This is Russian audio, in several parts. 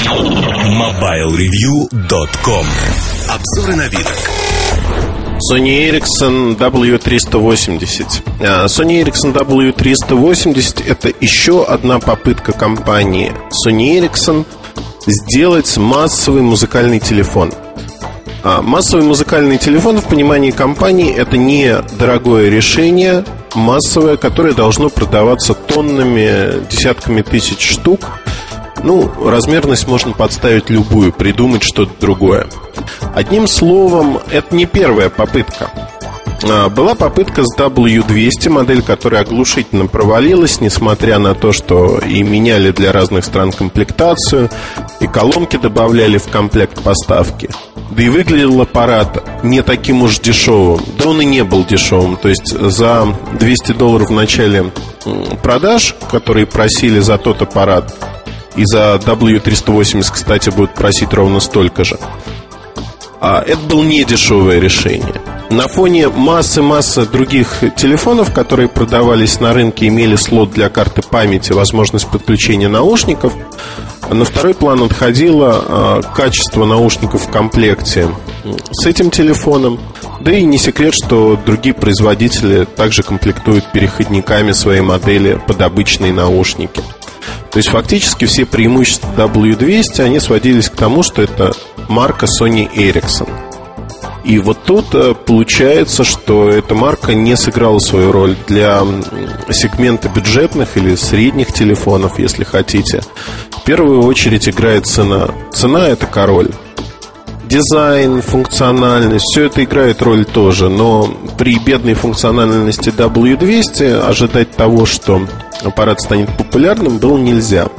MobileReview.com. Обзоры новинок. Sony Ericsson W380. Sony Ericsson W380 — это еще одна попытка компании Sony Ericsson сделать массовый музыкальный телефон. Массовый музыкальный телефон в понимании компании — это не дорогое решение, массовое, которое должно продаваться тоннами, десятками тысяч штук. Размерность можно подставить любую, придумать что-то другое. Одним словом, это не первая попытка. Была попытка с W200, модель, которая оглушительно провалилась, несмотря на то, что и меняли для разных стран комплектацию, и колонки добавляли в комплект поставки. Да и выглядел аппарат не таким уж дешевым. Да он и не был дешевым. То есть за $200 в начале продаж, которые просили за тот аппарат, и за W380, кстати, будут просить ровно столько же, это было не дешевое решение. На фоне массы других телефонов, которые продавались на рынке, имели слот для карты памяти, возможность подключения наушников, на второй план отходило качество наушников в комплекте с этим телефоном. Да и не секрет, что другие производители также комплектуют переходниками свои модели под обычные наушники. То есть фактически все преимущества W200, они сводились к тому, что это марка Sony Ericsson. И вот тут получается, что эта марка не сыграла свою роль для сегмента бюджетных или средних телефонов, если хотите. В первую очередь играет цена. Цена — это король. Дизайн, функциональность, все это играет роль тоже. Но при бедной функциональности W200 ожидать того, что аппарат станет популярным, было нельзя.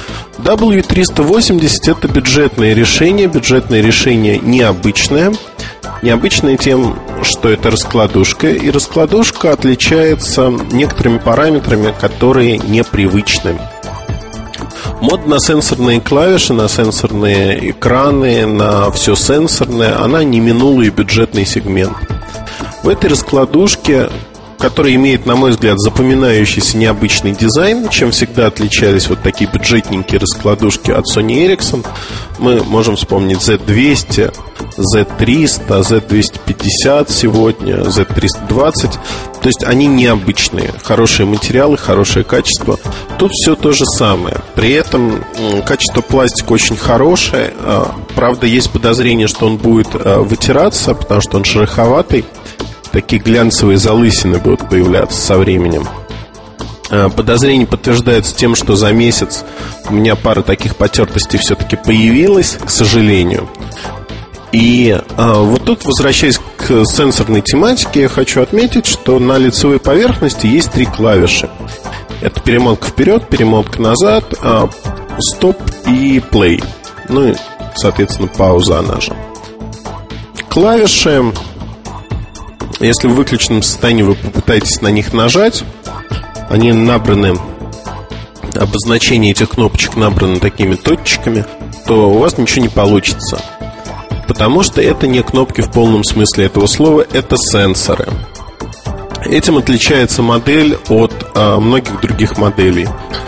W380 — это бюджетное решение необычное. Необычное тем, что это раскладушка. И раскладушка отличается некоторыми параметрами, которые непривычны. Мода на сенсорные клавиши, на сенсорные экраны, на все сенсорное, она не минула и бюджетный сегмент. В этой раскладушке, которая имеет, на мой взгляд, запоминающийся необычный дизайн, чем всегда отличались вот такие бюджетненькие раскладушки от Sony Ericsson, мы можем вспомнить Z200, Z300, Z250 сегодня, Z320. То есть они необычные, хорошие материалы, хорошее качество. Тут все то же самое. При этом качество пластика очень хорошее. Правда, есть подозрение, что он будет вытираться, потому что он шероховатый. Такие глянцевые залысины будут появляться со временем. Подозрение подтверждается тем, что за месяц у меня пара таких потертостей все-таки появилась, к сожалению. И вот тут, возвращаясь к сенсорной тематике, я хочу отметить, что на лицевой поверхности есть 3 клавиши. Это перемотка вперед, перемотка назад, стоп и плей. И, соответственно, пауза она же. Клавиши, если в выключенном состоянии вы попытаетесь на них нажать, они набраны, обозначение этих кнопочек набраны такими точечками, то у вас ничего не получится. Потому что это не кнопки в полном смысле этого слова, это сенсоры. Этим отличается модель от многих других моделей.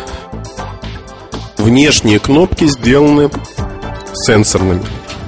Внешние кнопки сделаны сенсорными.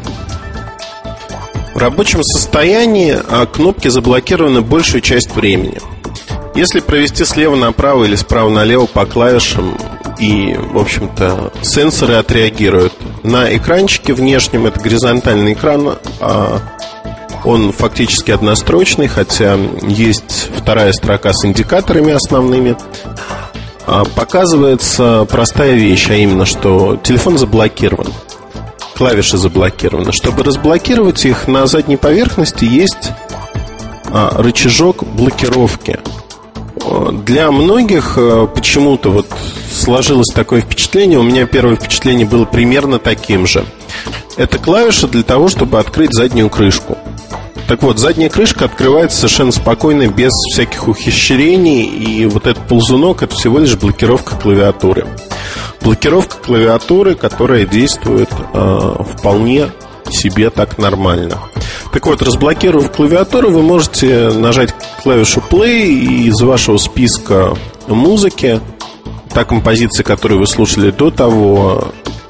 В рабочем состоянии кнопки заблокированы большую часть времени. Если провести слева направо или справа налево по клавишам, и, в общем-то, сенсоры отреагируют. На экранчике внешнем, это горизонтальный экран, он фактически однострочный, хотя есть вторая строка с индикаторами основными. Показывается простая вещь, а именно, что телефон заблокирован, клавиши заблокированы. Чтобы разблокировать их, на задней поверхности есть рычажок блокировки. Для многих почему-то вот сложилось такое впечатление, у меня первое впечатление было примерно таким же. Это клавиша для того, чтобы открыть заднюю крышку. Так вот, задняя крышка открывается совершенно спокойно, без всяких ухищрений. И вот этот ползунок — это всего лишь блокировка клавиатуры. Блокировка клавиатуры, которая действует вполне себе так нормально. Так вот, разблокировав клавиатуру, вы можете нажать клавишу play, и из вашего списка музыки та композиция, которую вы слушали до того,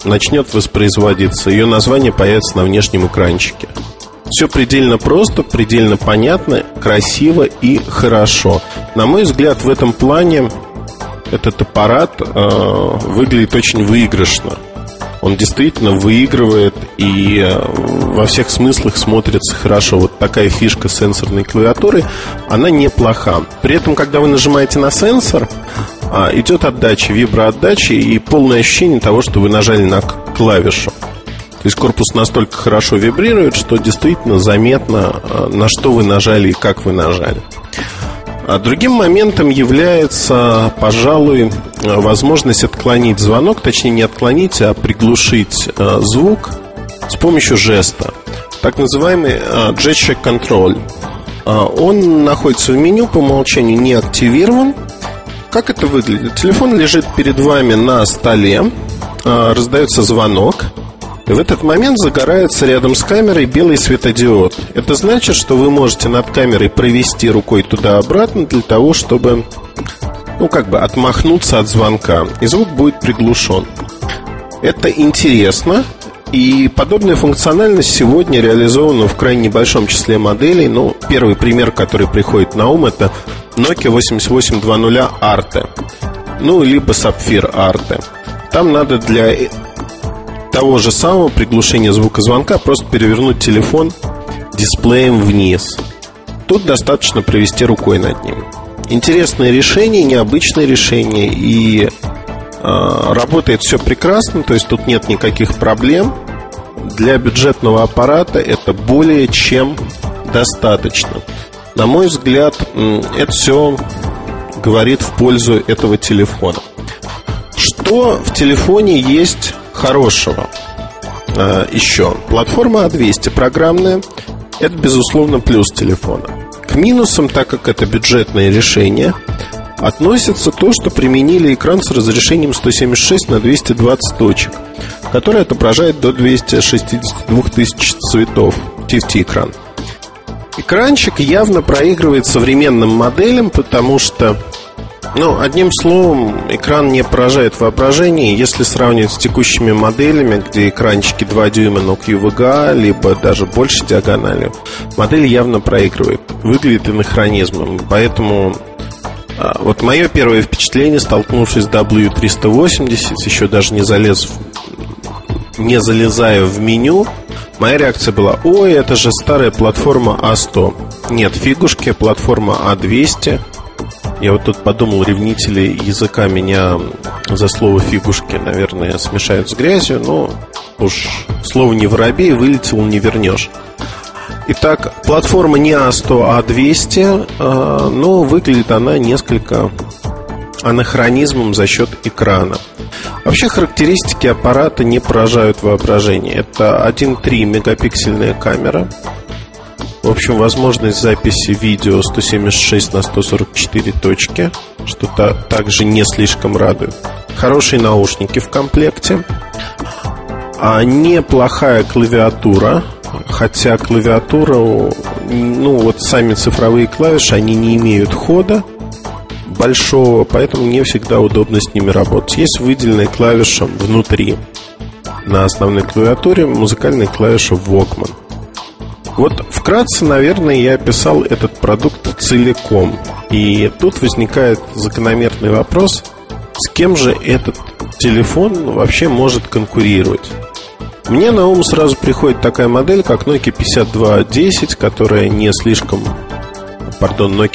начнет воспроизводиться, ее название появится на внешнем экранчике. Все предельно просто, предельно понятно, красиво и хорошо. На мой взгляд, в этом плане этот аппарат выглядит очень выигрышно. Он действительно выигрывает и во всех смыслах смотрится хорошо. Вот такая фишка сенсорной клавиатуры, она неплоха. При этом, когда вы нажимаете на сенсор, идет отдача, виброотдача и полное ощущение того, что вы нажали на клавишу. То есть корпус настолько хорошо вибрирует, что действительно заметно, на что вы нажали и как вы нажали. А другим моментом является, пожалуй, возможность отклонить звонок, точнее не отклонить, а приглушить звук с помощью жеста. Так называемый gesture control. Он находится в меню, по умолчанию не активирован. Как это выглядит? Телефон лежит перед вами на столе, раздается звонок, и в этот момент загорается рядом с камерой белый светодиод. Это значит, что вы можете над камерой провести рукой туда-обратно для того, чтобы, отмахнуться от звонка, и звук будет приглушен. Это интересно, и подобная функциональность сегодня реализована в крайне небольшом числе моделей. Первый пример, который приходит на ум, это Nokia 8820 Arte, либо Sapphire Arte. Там надо для того же самого приглушения звукозвонка просто перевернуть телефон дисплеем вниз. Тут достаточно провести рукой над ним. Интересное решение, необычное решение. И работает все прекрасно. То есть тут нет никаких проблем. Для бюджетного аппарата это более чем достаточно. На мой взгляд, это все говорит в пользу этого телефона. Что в телефоне есть хорошего? Еще платформа A200 программная. Это, безусловно, плюс телефона. К минусам, так как это бюджетное решение, относится то, что применили экран с разрешением 176 на 220 точек, который отображает до 262 тысяч цветов. TFT-экран. Экранчик явно проигрывает современным моделям, потому что, одним словом, экран не поражает воображение. Если сравнивать с текущими моделями, где экранчики 2 дюйма, но QVGA, либо даже больше диагональю, модель явно проигрывает. Выглядит анахронизмом. Поэтому мое первое впечатление, столкнувшись с W380, еще даже не залезая в меню, моя реакция была: ой, это же старая платформа A100. Нет, фигушки, платформа A200. Я тут подумал, ревнители языка меня за слово фигушки, наверное, смешают с грязью. Но уж слово не воробей, вылетел, не вернешь. Итак, платформа не A100, а A200, но выглядит она несколько анахронизмом за счет экрана. Вообще характеристики аппарата не поражают воображение. Это 1,3 мегапиксельная камера. В общем, возможность записи видео 176 на 144 точки, что также не слишком радует. Хорошие наушники в комплекте. Неплохая клавиатура. Хотя клавиатура, сами цифровые клавиши, они не имеют хода большого, поэтому не всегда удобно с ними работать. Есть выделенная клавиша внутри. На основной клавиатуре музыкальная клавиша Walkman. Вкратце, наверное, я описал этот продукт целиком. И тут возникает закономерный вопрос: с кем же этот телефон вообще может конкурировать? Мне на ум сразу приходит такая модель, как Nokia 5210, которая не слишком... Nokia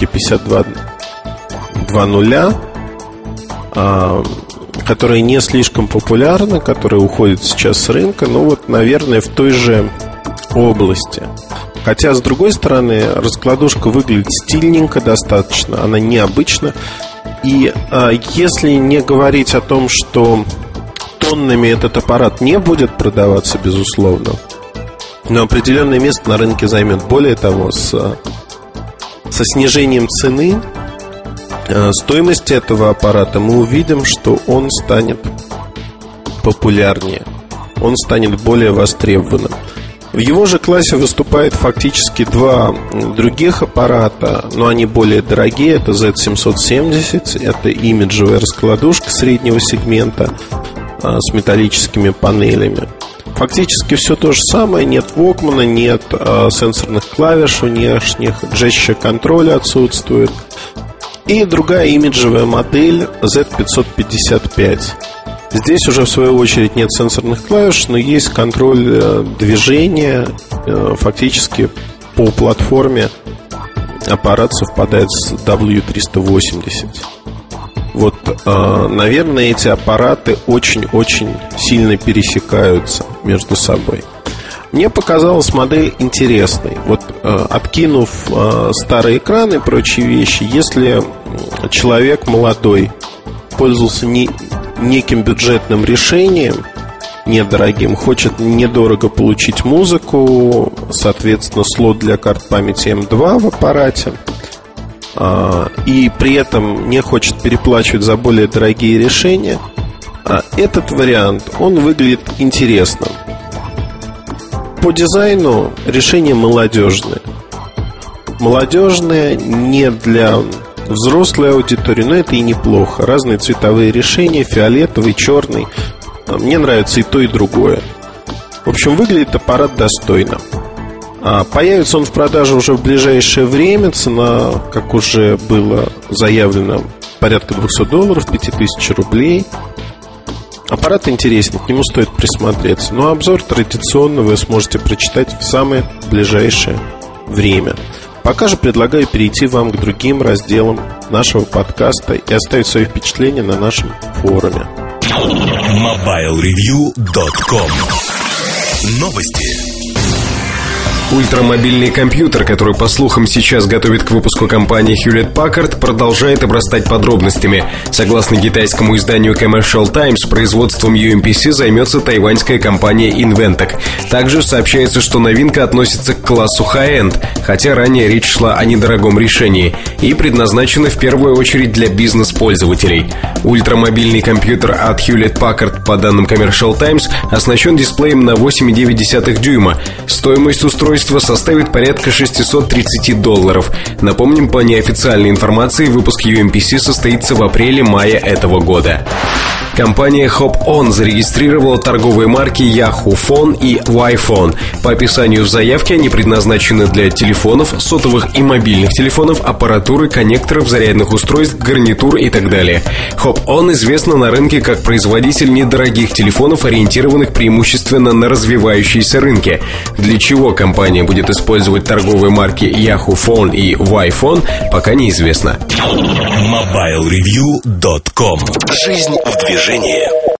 5220, которая не слишком популярна, которая уходит сейчас с рынка. Наверное, в той же области. Хотя, с другой стороны, раскладушка выглядит стильненько достаточно, она необычна. И если не говорить о том, что тоннами этот аппарат не будет продаваться, безусловно, но определенное место на рынке займет. Более того, со снижением цены, стоимости этого аппарата, мы увидим, что он станет популярнее, он станет более востребованным. В его же классе выступает фактически два других аппарата, но они более дорогие. Это Z770, это имиджевая раскладушка среднего сегмента. с металлическими панелями. Фактически все то же самое. Нет Walkman, нет сенсорных клавиш внешних, gesture контроля отсутствует. И другая имиджевая модель Z555. Здесь уже в свою очередь нет сенсорных клавиш, но есть контроль движения. Фактически по платформе аппарат совпадает с W380. Вот, наверное, эти аппараты очень-очень сильно пересекаются между собой. Мне показалась модель интересной. Вот, откинув старые экраны и прочие вещи, если человек молодой пользовался неким бюджетным решением, недорогим, хочет недорого получить музыку, соответственно, слот для карт памяти M2 в аппарате, и при этом не хочет переплачивать за более дорогие решения, этот вариант, он выглядит интересно. По дизайну решение молодежное. Молодежное не для взрослой аудитории, но это и неплохо. Разные цветовые решения, фиолетовый, черный. Мне нравится и то, и другое. В общем, выглядит аппарат достойно. Появится он в продаже уже в ближайшее время. Цена, как уже было заявлено, порядка $200, 5000 рублей. Аппарат интересен, к нему стоит присмотреться. Но обзор традиционно вы сможете прочитать в самое ближайшее время. Пока же предлагаю перейти вам к другим разделам нашего подкаста и оставить свои впечатления на нашем форуме. MobileReview.com. Новости. Ультрамобильный компьютер, который, по слухам, сейчас готовит к выпуску компания Hewlett-Packard, продолжает обрастать подробностями. Согласно китайскому изданию Commercial Times, производством UMPC займется тайваньская компания Inventec. Также сообщается, что новинка относится к классу High-End, хотя ранее речь шла о недорогом решении, и предназначена в первую очередь для бизнес-пользователей. Ультрамобильный компьютер от Hewlett-Packard, по данным Commercial Times, оснащен дисплеем на 8,9 дюйма. Стоимость устройства составит порядка $630. Напомним, по неофициальной информации, выпуск UMPC состоится в апреле-мае этого года. Компания Hop-On зарегистрировала торговые марки Yahoo Phone и Y-Phone. По описанию в заявке они предназначены для телефонов, сотовых и мобильных телефонов, аппаратуры, коннекторов, зарядных устройств, гарнитур и так далее. Hop-On известна на рынке как производитель недорогих телефонов, ориентированных преимущественно на развивающиеся рынки. Для чего компания будет использовать торговые марки Yahoo Phone и Y-Phone, пока неизвестно. MobileReview.com. Жизнь в движении.